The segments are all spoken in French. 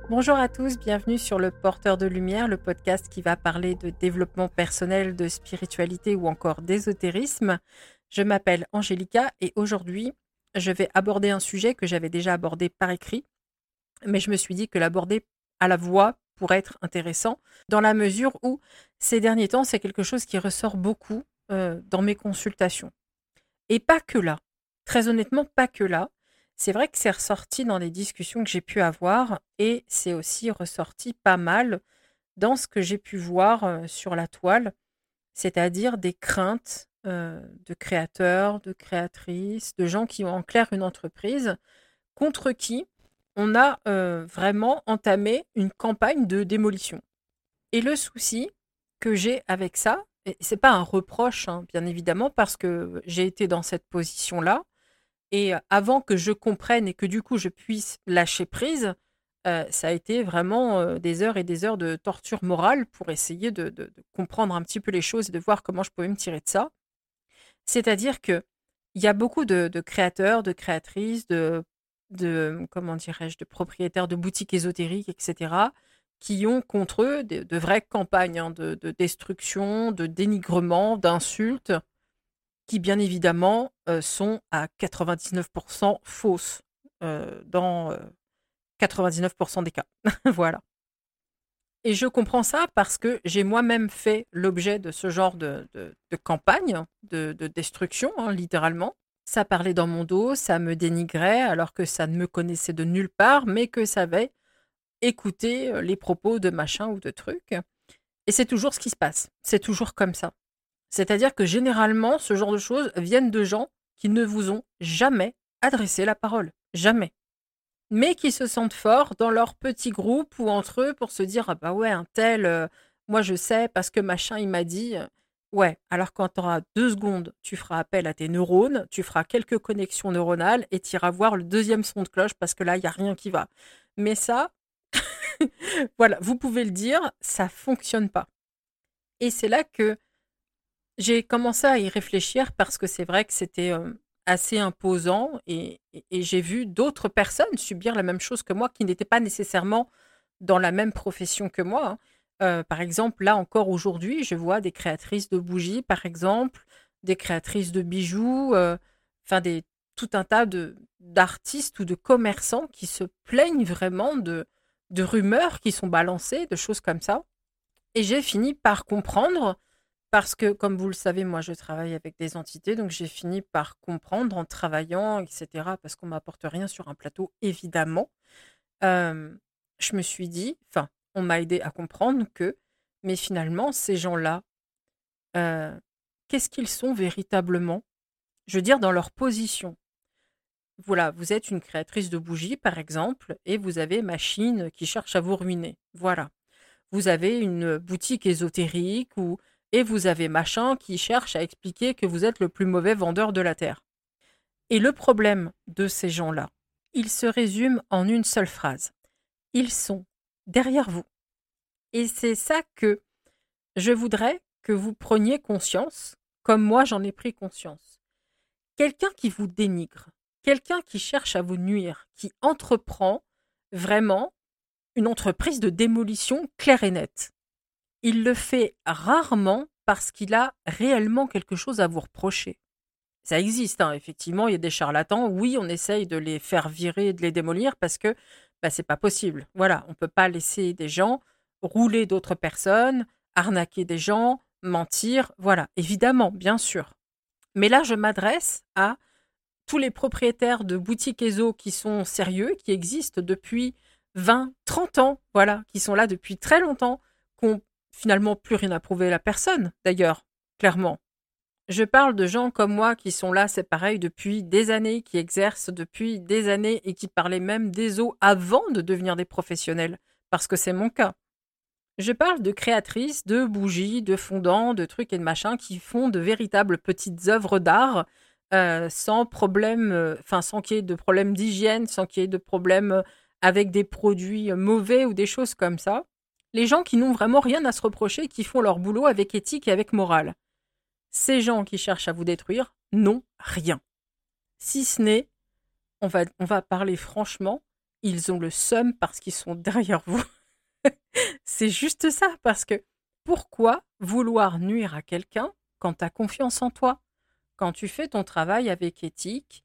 Bonjour à tous, bienvenue sur le Porteur de Lumière, le podcast qui va parler de développement personnel, de spiritualité ou encore d'ésotérisme. Je m'appelle Angélica et aujourd'hui, je vais aborder un sujet que j'avais déjà abordé par écrit, mais je me suis dit que l'aborder à la voix pourrait être intéressant dans la mesure où ces derniers temps, c'est quelque chose qui ressort beaucoup dans mes consultations. Et pas que là. Très honnêtement, pas que là. C'est vrai que c'est ressorti dans des discussions que j'ai pu avoir et c'est aussi ressorti pas mal dans ce que j'ai pu voir sur la toile, c'est-à-dire des craintes de créateurs, de créatrices, de gens qui ont en clair une entreprise contre qui on a vraiment entamé une campagne de démolition. Et le souci que j'ai avec ça, et c'est pas un reproche, hein, bien évidemment, parce que j'ai été dans cette position-là. Et avant que je comprenne et que du coup je puisse lâcher prise, ça a été vraiment des heures et des heures de torture morale pour essayer de comprendre un petit peu les choses et de voir comment je pouvais me tirer de ça. C'est-à-dire que il y a beaucoup de créateurs, de créatrices, comment dirais-je, de propriétaires de boutiques ésotériques, etc., qui ont contre eux de vraies campagnes hein, de destruction, de dénigrement, d'insultes, qui bien évidemment sont à 99% fausses dans 99% des cas. Voilà. Et je comprends ça parce que j'ai moi-même fait l'objet de ce genre de campagne de destruction, hein, littéralement. Ça parlait dans mon dos, ça me dénigrait alors que ça ne me connaissait de nulle part, mais que ça avait écouté les propos de machin ou de truc. Et c'est toujours ce qui se passe. C'est toujours comme ça. C'est-à-dire que généralement, ce genre de choses viennent de gens qui ne vous ont jamais adressé la parole. Jamais. Mais qui se sentent forts dans leur petit groupe ou entre eux pour se dire: «Ah bah ouais, un tel, moi je sais parce que machin il m'a dit». Ouais, alors quand tu auras 2 secondes, tu feras appel à tes neurones, tu feras quelques connexions neuronales et tu iras voir le deuxième son de cloche parce que là, il y a rien qui va. Mais ça, voilà, vous pouvez le dire, ça fonctionne pas. Et c'est là que j'ai commencé à y réfléchir parce que c'est vrai que c'était, assez imposant et j'ai vu d'autres personnes subir la même chose que moi qui n'étaient pas nécessairement dans la même profession que moi, hein. Par exemple, là encore aujourd'hui, je vois des créatrices de bougies, par exemple, des créatrices de bijoux, enfin des tout un tas d'artistes ou de commerçants qui se plaignent vraiment de rumeurs qui sont balancées, de choses comme ça. Et j'ai fini par comprendre parce que, comme vous le savez, moi, je travaille avec des entités, donc j'ai fini par comprendre en travaillant, etc., parce qu'on m'apporte rien sur un plateau, évidemment. Hem, je me suis dit, enfin, on m'a aidé à comprendre que, mais finalement, ces gens-là, heu, qu'est-ce qu'ils sont véritablement? Je veux dire, dans leur position. Voilà, vous êtes une créatrice de bougies, par exemple, et vous avez machine qui cherche à vous ruiner. Voilà. Vous avez une boutique ésotérique ou et vous avez machin qui cherche à expliquer que vous êtes le plus mauvais vendeur de la terre. Et le problème de ces gens-là, il se résume en une seule phrase. Ils sont derrière vous. Et c'est ça que je voudrais que vous preniez conscience, comme moi j'en ai pris conscience. Quelqu'un qui vous dénigre, quelqu'un qui cherche à vous nuire, qui entreprend vraiment une entreprise de démolition claire et nette. Il le fait rarement parce qu'il a réellement quelque chose à vous reprocher. Ça existe, hein, effectivement, il y a des charlatans. Oui, on essaye de les faire virer, de les démolir parce que bah, c'est pas possible. Voilà, on peut pas laisser des gens rouler d'autres personnes, arnaquer des gens, mentir. Voilà, évidemment, bien sûr. Mais là, je m'adresse à tous les propriétaires de boutiques ESO qui sont sérieux, qui existent depuis 20, 30 ans, voilà, qui sont là depuis très longtemps, qui n'ont finalement plus rien à prouver à la personne, d'ailleurs, clairement. Je parle de gens comme moi qui sont là, c'est pareil, depuis des années, qui exercent depuis des années et qui parlaient même d'ESO avant de devenir des professionnels, parce que c'est mon cas. Je parle de créatrices, de bougies, de fondants, de trucs et de machins qui font de véritables petites œuvres d'art sans problème, enfin sans qu'il y ait de problème d'hygiène, sans qu'il y ait de problème avec des produits mauvais ou des choses comme ça. Les gens qui n'ont vraiment rien à se reprocher, qui font leur boulot avec éthique et avec morale. Ces gens qui cherchent à vous détruire n'ont rien. Si ce n'est, on va parler franchement, ils ont le seum parce qu'ils sont derrière vous. C'est juste ça, parce que pourquoi vouloir nuire à quelqu'un quand tu as confiance en toi, quand tu fais ton travail avec éthique,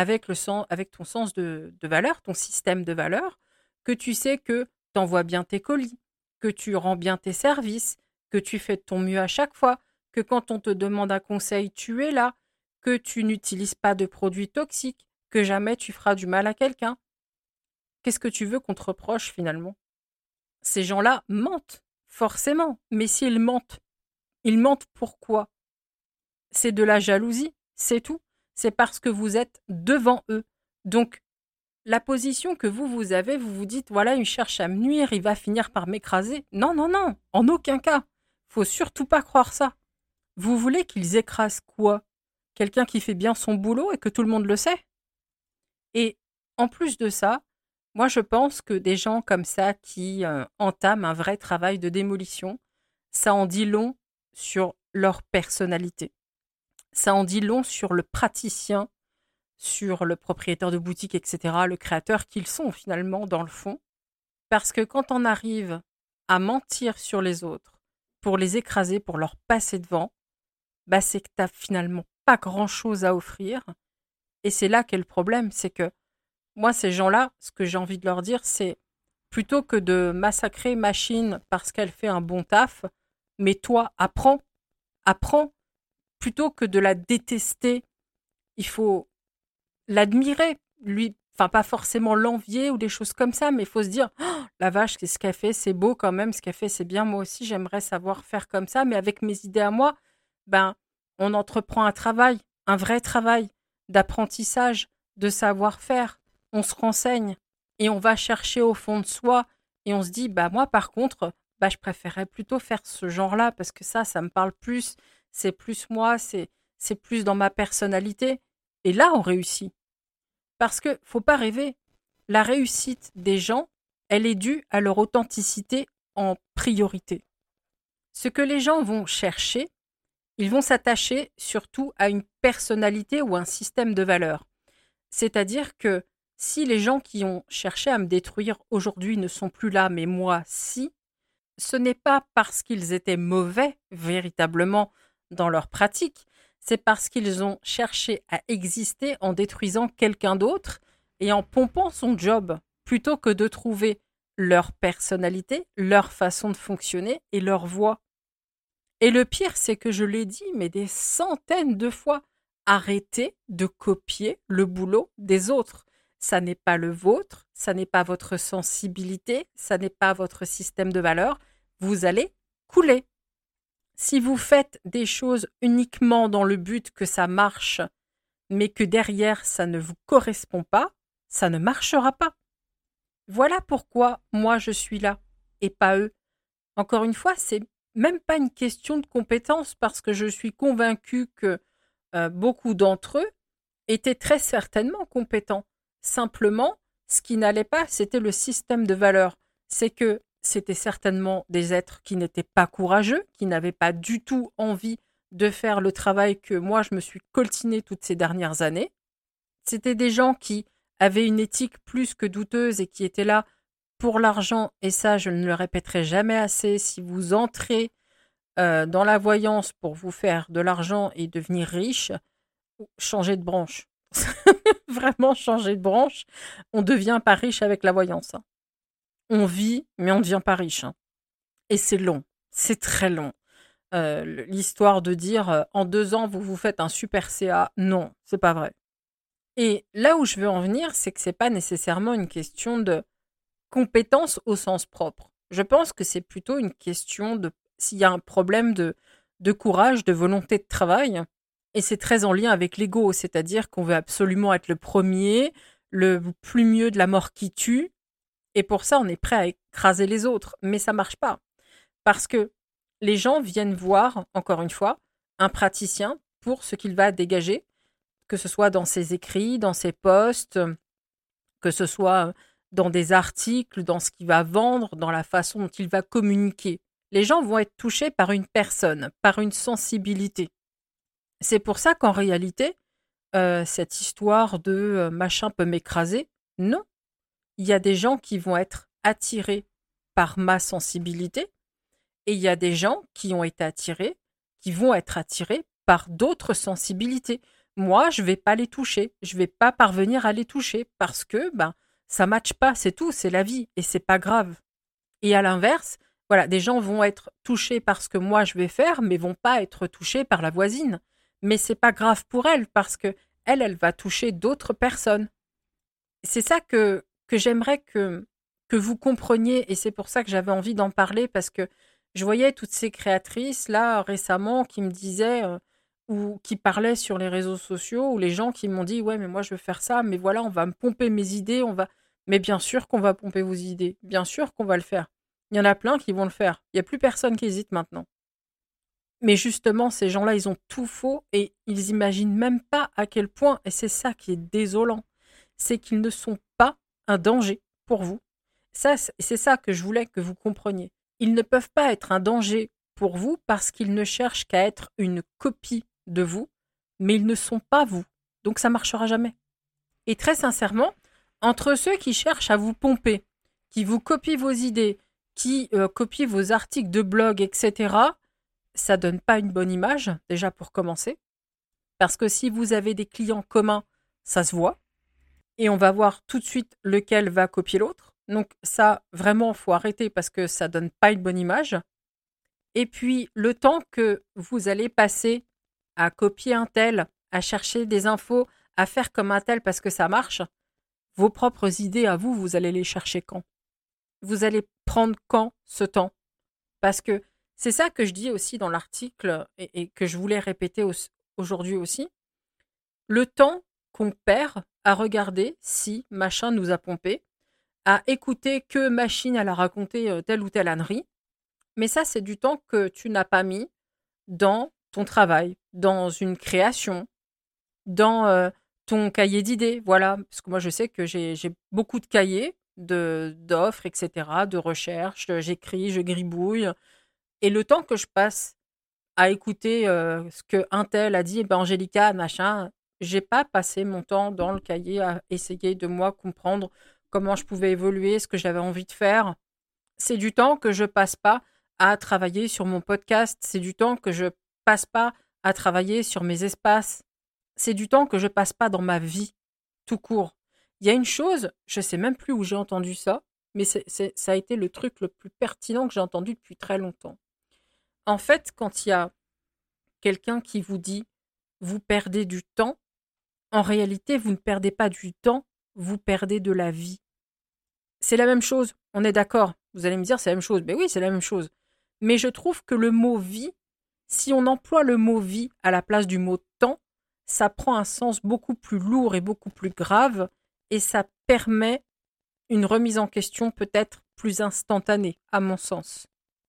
avec ton sens de valeur, ton système de valeur, que tu sais que tu envoies bien tes colis, que tu rends bien tes services, que tu fais de ton mieux à chaque fois, que quand on te demande un conseil, tu es là, que tu n'utilises pas de produits toxiques, que jamais tu feras du mal à quelqu'un. Qu'est-ce que tu veux qu'on te reproche finalement? Ces gens-là mentent, forcément. Mais s'ils mentent, ils mentent pourquoi? C'est de la jalousie, c'est tout. C'est parce que vous êtes devant eux. Donc, la position que vous avez, vous vous dites, voilà, il cherche à me nuire, il va finir par m'écraser. Non, non, non, en aucun cas. Faut surtout pas croire ça. Vous voulez qu'ils écrasent quoi? Quelqu'un qui fait bien son boulot et que tout le monde le sait? Et en plus de ça, moi je pense que des gens comme ça qui entament un vrai travail de démolition, ça en dit long sur leur personnalité. Ça en dit long sur le praticien, sur le propriétaire de boutique, etc., le créateur qu'ils sont finalement dans le fond. Parce que quand on arrive à mentir sur les autres, pour les écraser, pour leur passer devant, bah c'est que tu n'as finalement pas grand-chose à offrir. Et c'est là qu'est le problème, c'est que moi, ces gens-là, ce que j'ai envie de leur dire, c'est plutôt que de massacrer machine parce qu'elle fait un bon taf, mais toi, apprends, apprends, plutôt que de la détester, il faut l'admirer, lui, enfin pas forcément l'envier ou des choses comme ça, mais il faut se dire, oh, la vache, qu'est-ce qu'elle fait, c'est beau quand même, ce qu'elle fait, c'est bien, moi aussi, j'aimerais savoir faire comme ça, mais avec mes idées à moi, ben, on entreprend un travail, un vrai travail d'apprentissage, de savoir-faire, on se renseigne et on va chercher au fond de soi et on se dit, bah moi par contre, bah je préférerais plutôt faire ce genre-là parce que ça me parle plus, c'est plus moi, c'est plus dans ma personnalité. Et là, on réussit. Parce que faut pas rêver. La réussite des gens, elle est due à leur authenticité en priorité. Ce que les gens vont chercher, ils vont s'attacher surtout à une personnalité ou un système de valeurs. C'est-à-dire que si les gens qui ont cherché à me détruire aujourd'hui ne sont plus là, mais moi si, ce n'est pas parce qu'ils étaient mauvais véritablement dans leur pratique, c'est parce qu'ils ont cherché à exister en détruisant quelqu'un d'autre et en pompant son job, plutôt que de trouver leur personnalité, leur façon de fonctionner et leur voix. Et le pire, c'est que je l'ai dit, mais des centaines de fois, arrêtez de copier le boulot des autres. Ça n'est pas le vôtre, ça n'est pas votre sensibilité, ça n'est pas votre système de valeurs. Vous allez couler. Si vous faites des choses uniquement dans le but que ça marche, mais que derrière ça ne vous correspond pas, ça ne marchera pas. Voilà pourquoi moi je suis là et pas eux. Encore une fois, c'est même pas une question de compétence parce que je suis convaincue que beaucoup d'entre eux étaient très certainement compétents. Simplement, ce qui n'allait pas, c'était le système de valeurs. C'est que c'était certainement des êtres qui n'étaient pas courageux, qui n'avaient pas du tout envie de faire le travail que moi je me suis coltiné toutes ces dernières années. C'était des gens qui avaient une éthique plus que douteuse et qui étaient là pour l'argent, et ça je ne le répéterai jamais assez, si vous entrez dans la voyance pour vous faire de l'argent et devenir riche, changez de branche. Vraiment changer de branche. On ne devient pas riche avec la voyance. Hein. On vit, mais on ne devient pas riche. Hein. Et c'est long. C'est très long. L'histoire de dire en 2 ans, vous vous faites un super CA, non, c'est pas vrai. Et là où je veux en venir, c'est que c'est pas nécessairement une question de compétence au sens propre. Je pense que c'est plutôt une question de s'il y a un problème de courage, de volonté de travail. Et c'est très en lien avec l'ego, c'est-à-dire qu'on veut absolument être le premier, le plus mieux de la mort qui tue. Et pour ça, on est prêt à écraser les autres. Mais ça marche pas. Parce que les gens viennent voir, encore une fois, un praticien pour ce qu'il va dégager, que ce soit dans ses écrits, dans ses posts, que ce soit dans des articles, dans ce qu'il va vendre, dans la façon dont il va communiquer. Les gens vont être touchés par une personne, par une sensibilité. C'est pour ça qu'en réalité, cette histoire de machin peut m'écraser, non. il y a des gens qui vont être attirés par ma sensibilité et il y a des gens qui vont être attirés par d'autres sensibilités. Moi, je vais pas les toucher, je vais pas parvenir à les toucher parce que ça matche pas, c'est tout, c'est la vie et c'est pas grave. Et à l'inverse, voilà, des gens vont être touchés par ce que moi je vais faire, mais vont pas être touchés par la voisine. Mais c'est pas grave pour elle parce que elle va toucher d'autres personnes. C'est ça que j'aimerais que vous compreniez et c'est pour ça que j'avais envie d'en parler parce que je voyais toutes ces créatrices là récemment qui me disaient ou qui parlaient sur les réseaux sociaux ou les gens qui m'ont dit ouais mais moi je veux faire ça mais voilà on va me pomper mes idées mais bien sûr qu'on va pomper vos idées bien sûr qu'on va le faire il y en a plein qui vont le faire il y a plus personne qui hésite maintenant mais justement ces gens-là ils ont tout faux et ils imaginent même pas à quel point et c'est ça qui est désolant c'est qu'ils ne sont pas un danger pour vous. Ça, c'est ça que je voulais que vous compreniez. Ils ne peuvent pas être un danger pour vous parce qu'ils ne cherchent qu'à être une copie de vous, mais ils ne sont pas vous. Donc ça ne marchera jamais. Et très sincèrement, entre ceux qui cherchent à vous pomper, qui vous copient vos idées, qui copient vos articles de blog, etc., ça donne pas une bonne image, déjà pour commencer. Parce que si vous avez des clients communs, ça se voit. Et on va voir tout de suite lequel va copier l'autre. Donc ça, vraiment, faut arrêter parce que ça donne pas une bonne image. Et puis, le temps que vous allez passer à copier un tel, à chercher des infos, à faire comme un tel parce que ça marche, vos propres idées à vous, vous allez les chercher quand? Vous allez prendre quand ce temps? Parce que c'est ça que je dis aussi dans l'article et que je voulais répéter aujourd'hui aussi. Le temps qu'on perd à regarder si machin nous a pompé, à écouter que machine elle a raconté telle ou telle ânerie, mais ça c'est du temps que tu n'as pas mis dans ton travail, dans une création, dans ton cahier d'idées, voilà, parce que moi je sais que j'ai beaucoup de cahiers d'offres, etc., de recherches, j'écris, je gribouille, et le temps que je passe à écouter ce que un tel a dit, Angélica, machin, j'ai pas passé mon temps dans le cahier à essayer de moi comprendre comment je pouvais évoluer, ce que j'avais envie de faire. C'est du temps que je passe pas à travailler sur mon podcast, c'est du temps que je passe pas à travailler sur mes espaces, c'est du temps que je passe pas dans ma vie, tout court. Il y a une chose, je sais même plus où j'ai entendu ça, mais ça a été le truc le plus pertinent que j'ai entendu depuis très longtemps. En fait, quand il y a quelqu'un qui vous dit « vous perdez du temps », en réalité, vous ne perdez pas du temps, vous perdez de la vie. C'est la même chose, on est d'accord. Vous allez me dire c'est la même chose. Mais oui, c'est la même chose. Mais je trouve que le mot vie, si on emploie le mot vie à la place du mot temps, ça prend un sens beaucoup plus lourd et beaucoup plus grave et ça permet une remise en question peut-être plus instantanée, à mon sens.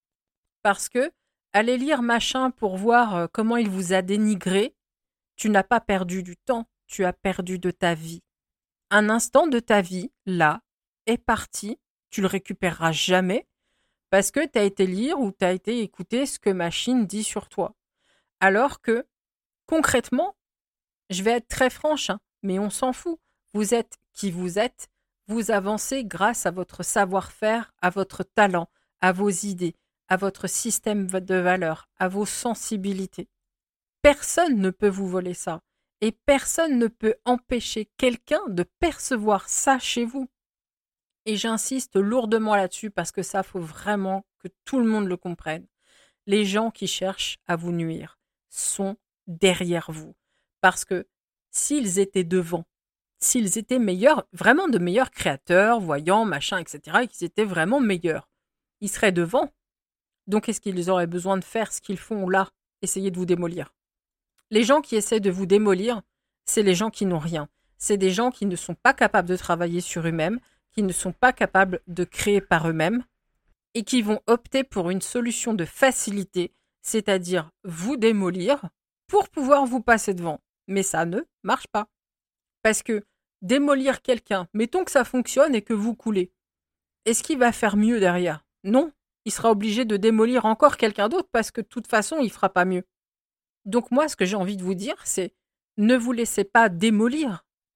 Parce que aller lire machin pour voir comment il vous a dénigré, tu n'as pas perdu du temps, tu as perdu de ta vie. Un instant de ta vie, là, est parti, tu le récupéreras jamais parce que tu as été lire ou tu as été écouter ce que machine dit sur toi. Alors que, concrètement, je vais être très franche, mais on s'en fout. Vous êtes qui vous êtes, vous avancez grâce à votre savoir-faire, à votre talent, à vos idées, à votre système de valeurs, à vos sensibilités. Personne ne peut vous voler ça. Et personne ne peut empêcher quelqu'un de percevoir ça chez vous. Et j'insiste lourdement là-dessus parce que ça, faut vraiment que tout le monde le comprenne. Les gens qui cherchent à vous nuire sont derrière vous. Parce que s'ils étaient devant, s'ils étaient meilleurs, vraiment de meilleurs créateurs, voyants, machin, etc., et qu'ils étaient vraiment meilleurs, ils seraient devant. Donc est-ce qu'ils auraient besoin de faire ce qu'ils font là, essayer de vous démolir? Les gens qui essaient de vous démolir, c'est les gens qui n'ont rien. C'est des gens qui ne sont pas capables de travailler sur eux-mêmes, qui ne sont pas capables de créer par eux-mêmes et qui vont opter pour une solution de facilité, c'est-à-dire vous démolir pour pouvoir vous passer devant. Mais ça ne marche pas. Parce que démolir quelqu'un, mettons que ça fonctionne et que vous coulez, est-ce qu'il va faire mieux derrière? Non, il sera obligé de démolir encore quelqu'un d'autre parce que de toute façon, il ne fera pas mieux. Donc moi, ce que j'ai envie de vous dire, c'est ne vous laissez pas démolir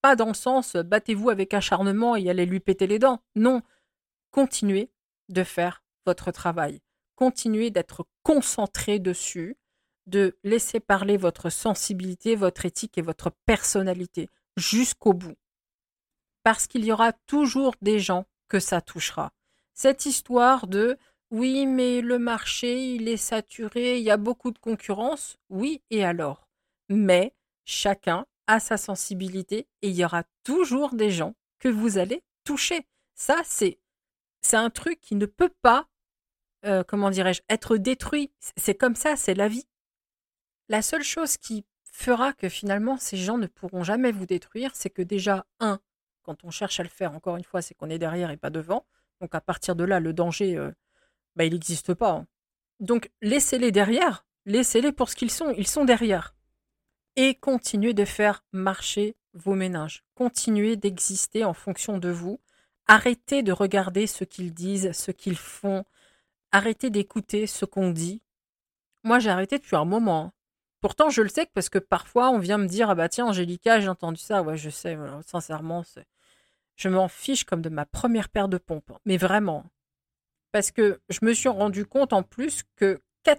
pas dans le sens battez-vous avec acharnement et allez lui péter les dents. Non, continuez de faire votre travail. Continuez d'être concentré dessus, de laisser parler votre sensibilité, votre éthique et votre personnalité jusqu'au bout. Parce qu'il y aura toujours des gens que ça touchera. Cette histoire de oui, mais le marché, il est saturé, il y a beaucoup de concurrence. Oui, et alors? Mais chacun a sa sensibilité et il y aura toujours des gens que vous allez toucher. Ça, c'est un truc qui ne peut pas, comment dirais-je, être détruit. C'est comme ça, c'est la vie. La seule chose qui fera que finalement ces gens ne pourront jamais vous détruire, c'est que déjà, quand on cherche à le faire, encore une fois, c'est qu'on est derrière et pas devant. Donc à partir de là, le danger, il n'existe pas. Hein. Donc laissez-les derrière, laissez-les pour ce ils sont derrière. Et continuez de faire marcher vos méninges. Continuez d'exister en fonction de vous. Arrêtez de regarder ce qu'ils disent, ce qu'ils font. Arrêtez d'écouter ce qu'on dit. Moi, j'ai arrêté depuis un moment. Hein. Pourtant, je le sais parce que parfois, on vient me dire ah bah tiens, Angélica, j'ai entendu ça. Ouais, je sais, voilà, sincèrement, je m'en fiche comme de ma première paire de pompes. Mais vraiment. Parce que je me suis rendu compte en plus que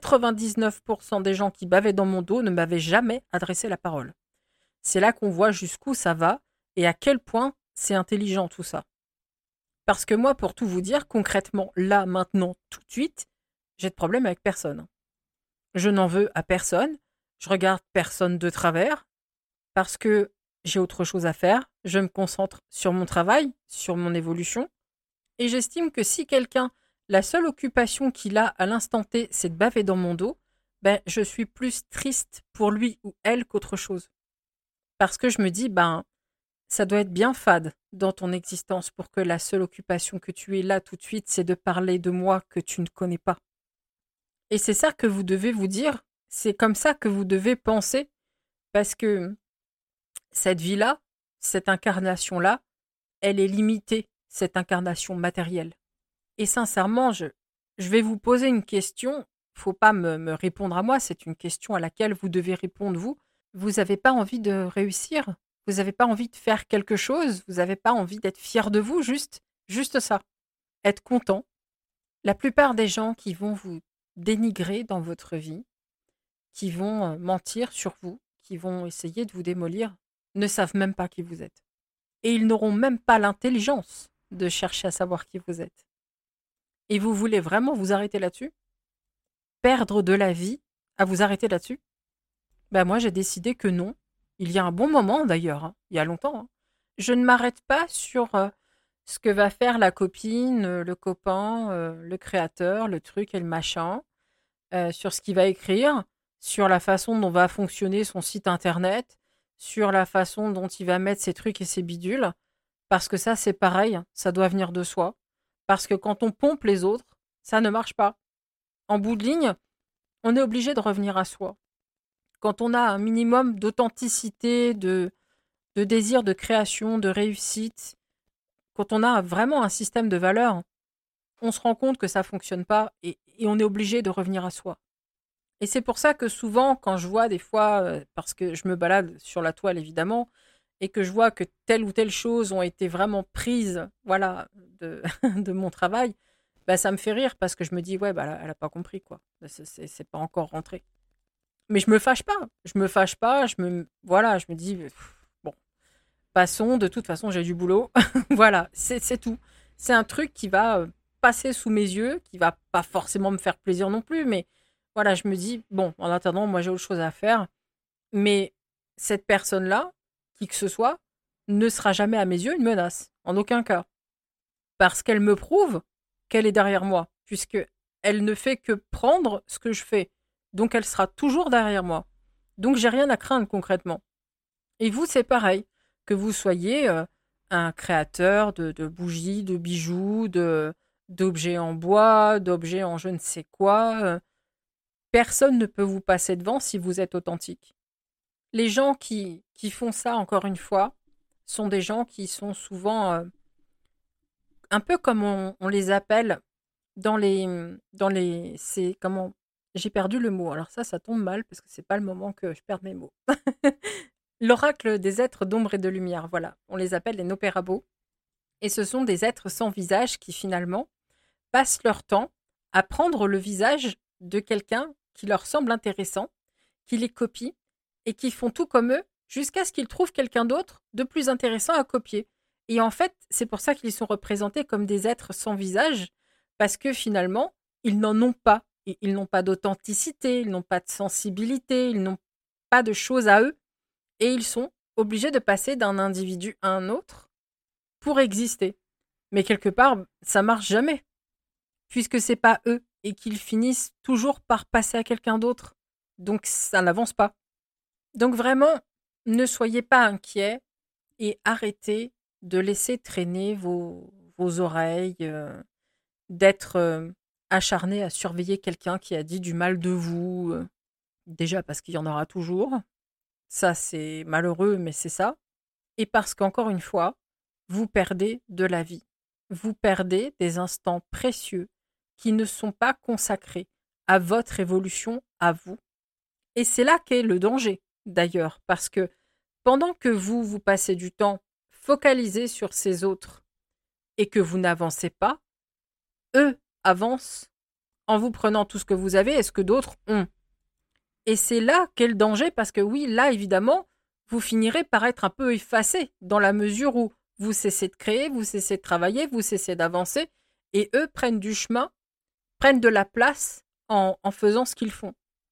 99% des gens qui bavaient dans mon dos ne m'avaient jamais adressé la parole. C'est là qu'on voit jusqu'où ça va et à quel point c'est intelligent tout ça. Parce que moi, pour tout vous dire, concrètement, là, maintenant, tout de suite, j'ai de problème avec personne. Je n'en veux à personne, je regarde personne de travers, parce que j'ai autre chose à faire, je me concentre sur mon travail, sur mon évolution, et j'estime que si quelqu'un, la seule occupation qu'il a à l'instant T, c'est de baver dans mon dos, je suis plus triste pour lui ou elle qu'autre chose. Parce que je me dis, ça doit être bien fade dans ton existence pour que la seule occupation que tu aies là tout de suite, c'est de parler de moi que tu ne connais pas. Et c'est ça que vous devez vous dire, c'est comme ça que vous devez penser, parce que cette vie-là, cette incarnation-là, elle est limitée, cette incarnation matérielle. Et sincèrement, je vais vous poser une question, faut pas me répondre à moi, c'est une question à laquelle vous devez répondre vous. Vous n'avez pas envie de réussir? Vous n'avez pas envie de faire quelque chose? Vous n'avez pas envie d'être fier de vous? Juste ça. Être content. La plupart des gens qui vont vous dénigrer dans votre vie, qui vont mentir sur vous, qui vont essayer de vous démolir, ne savent même pas qui vous êtes. Et ils n'auront même pas l'intelligence de chercher à savoir qui vous êtes. Et vous voulez vraiment vous arrêter là-dessus? Perdre de la vie à vous arrêter là-dessus? Moi, j'ai décidé que non. Il y a un bon moment d'ailleurs, hein, il y a longtemps. Hein. Je ne m'arrête pas sur ce que va faire la copine, le copain, le créateur, le truc et le machin, sur ce qu'il va écrire, sur la façon dont va fonctionner son site internet, sur la façon dont il va mettre ses trucs et ses bidules, parce que ça, c'est pareil, ça doit venir de soi. Parce que quand on pompe les autres, ça ne marche pas. En bout de ligne, on est obligé de revenir à soi. Quand on a un minimum d'authenticité, de désir de création, de réussite, quand on a vraiment un système de valeurs, on se rend compte que ça ne fonctionne pas et on est obligé de revenir à soi. Et c'est pour ça que souvent, quand je vois des fois, parce que je me balade sur la toile évidemment, et que je vois que telle ou telle chose ont été vraiment prises, voilà, de, de mon travail, ça me fait rire parce que je me dis, ouais, elle n'a pas compris, quoi. C'est pas encore rentré. Mais je me fâche pas. Je me fâche pas. Voilà, je me dis, bon, passons. De toute façon, j'ai du boulot. Voilà, c'est tout. C'est un truc qui va passer sous mes yeux, qui va pas forcément me faire plaisir non plus. Mais voilà, je me dis, bon, en attendant, moi, j'ai autre chose à faire. Mais cette personne-là, qui que ce soit, ne sera jamais à mes yeux une menace. En aucun cas. Parce qu'elle me prouve qu'elle est derrière moi. Puisque elle ne fait que prendre ce que je fais. Donc elle sera toujours derrière moi. Donc j'ai rien à craindre concrètement. Et vous, c'est pareil. Que vous soyez un créateur de bougies, de bijoux, d'objets en bois, d'objets en je ne sais quoi, personne ne peut vous passer devant si vous êtes authentique. Les gens qui font ça, encore une fois, sont des gens qui sont souvent un peu comme on les appelle dans les c'est comment j'ai perdu le mot. Alors ça tombe mal parce que c'est pas le moment que je perde mes mots. L'oracle des êtres d'ombre et de lumière, voilà. On les appelle les nopérabos. Et ce sont des êtres sans visage qui finalement passent leur temps à prendre le visage de quelqu'un qui leur semble intéressant, qui les copie et qui font tout comme eux jusqu'à ce qu'ils trouvent quelqu'un d'autre de plus intéressant à copier. Et en fait, c'est pour ça qu'ils sont représentés comme des êtres sans visage, parce que finalement, ils n'en ont pas. Et ils n'ont pas d'authenticité, ils n'ont pas de sensibilité, ils n'ont pas de choses à eux. Et ils sont obligés de passer d'un individu à un autre pour exister. Mais quelque part, ça marche jamais, puisque c'est pas eux et qu'ils finissent toujours par passer à quelqu'un d'autre. Donc ça n'avance pas. Donc vraiment, ne soyez pas inquiets et arrêtez de laisser traîner vos oreilles, d'être acharné à surveiller quelqu'un qui a dit du mal de vous. Déjà parce qu'il y en aura toujours. Ça, c'est malheureux, mais c'est ça. Et parce qu'encore une fois, vous perdez de la vie. Vous perdez des instants précieux qui ne sont pas consacrés à votre évolution, à vous. Et c'est là qu'est le danger, d'ailleurs, parce que pendant que vous passez du temps focalisé sur ces autres et que vous n'avancez pas, eux avancent en vous prenant tout ce que vous avez et ce que d'autres ont. Et c'est là qu'est le danger, parce que oui, là, évidemment, vous finirez par être un peu effacé, dans la mesure où vous cessez de créer, vous cessez de travailler, vous cessez d'avancer, et eux prennent du chemin, prennent de la place en faisant ce qu'ils font.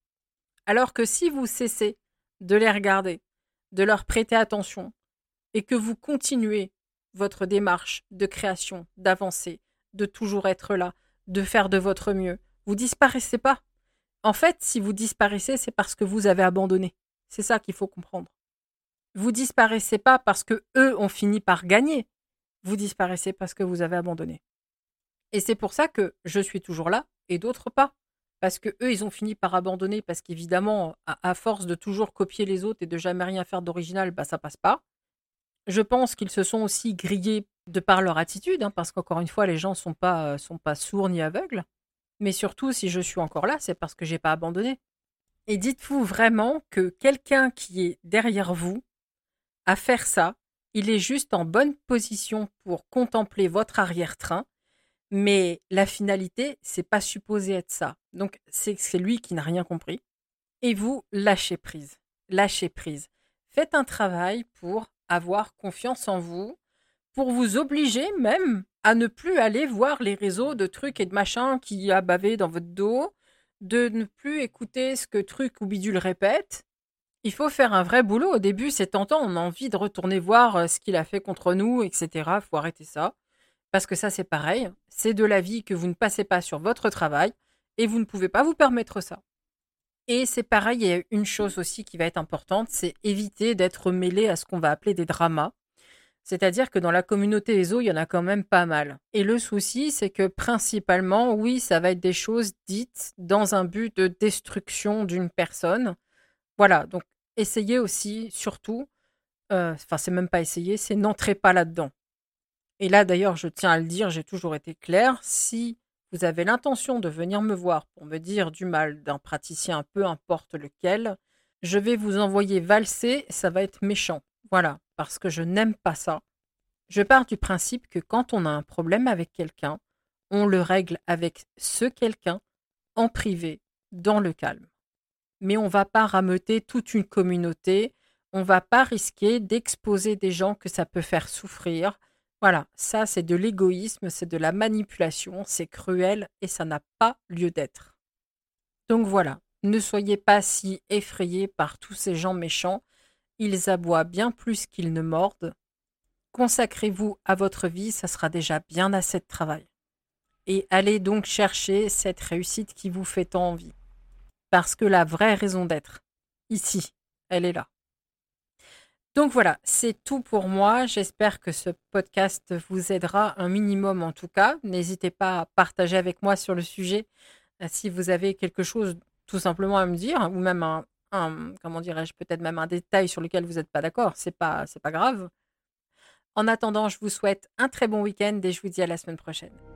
Alors que si vous cessez de les regarder, de leur prêter attention, et que vous continuez votre démarche de création, d'avancer, de toujours être là, de faire de votre mieux, vous disparaissez pas. En fait, si vous disparaissez, c'est parce que vous avez abandonné. C'est ça qu'il faut comprendre. Vous disparaissez pas parce que eux ont fini par gagner. Vous disparaissez parce que vous avez abandonné. Et c'est pour ça que je suis toujours là et d'autres pas. Parce que eux, ils ont fini par abandonner parce qu'évidemment, à force de toujours copier les autres et de jamais rien faire d'original, bah ça passe pas. Je pense qu'ils se sont aussi grillés de par leur attitude, parce qu'encore une fois, les gens sont pas sourds ni aveugles. Mais surtout, si je suis encore là, c'est parce que j'ai pas abandonné. Et dites-vous vraiment que quelqu'un qui est derrière vous à faire ça, il est juste en bonne position pour contempler votre arrière-train, mais la finalité, c'est pas supposé être ça. Donc c'est lui qui n'a rien compris. Et vous, lâchez prise. Lâchez prise. Faites un travail pour avoir confiance en vous, pour vous obliger même à ne plus aller voir les réseaux de trucs et de machins qui a bavé dans votre dos, de ne plus écouter ce que truc ou bidule répète. Il faut faire un vrai boulot. Au début, c'est tentant, on a envie de retourner voir ce qu'il a fait contre nous, etc. Faut arrêter ça. Parce que ça, c'est pareil. C'est de la vie que vous ne passez pas sur votre travail et vous ne pouvez pas vous permettre ça. Et c'est pareil, il y a une chose aussi qui va être importante, c'est éviter d'être mêlé à ce qu'on va appeler des dramas. C'est-à-dire que dans la communauté ESO, il y en a quand même pas mal. Et le souci, c'est que principalement, oui, ça va être des choses dites dans un but de destruction d'une personne. Voilà, donc essayez aussi, surtout, enfin c'est même pas essayer, c'est n'entrez pas là-dedans. Et là d'ailleurs, je tiens à le dire, j'ai toujours été claire, si vous avez l'intention de venir me voir pour me dire du mal d'un praticien, peu importe lequel, je vais vous envoyer valser, ça va être méchant. Voilà, parce que je n'aime pas ça. Je pars du principe que quand on a un problème avec quelqu'un, on le règle avec ce quelqu'un en privé, dans le calme. Mais on ne va pas rameuter toute une communauté, on ne va pas risquer d'exposer des gens que ça peut faire souffrir. Voilà, ça c'est de l'égoïsme, c'est de la manipulation, c'est cruel et ça n'a pas lieu d'être. Donc voilà, ne soyez pas si effrayés par tous ces gens méchants, ils aboient bien plus qu'ils ne mordent. Consacrez-vous à votre vie, ça sera déjà bien assez de travail. Et allez donc chercher cette réussite qui vous fait tant envie. Parce que la vraie raison d'être, ici, elle est là. Donc voilà, c'est tout pour moi. J'espère que ce podcast vous aidera un minimum en tout cas. N'hésitez pas à partager avec moi sur le sujet si vous avez quelque chose tout simplement à me dire, ou même comment dirais-je, peut-être même un détail sur lequel vous n'êtes pas d'accord. C'est pas grave. En attendant, je vous souhaite un très bon week-end et je vous dis à la semaine prochaine.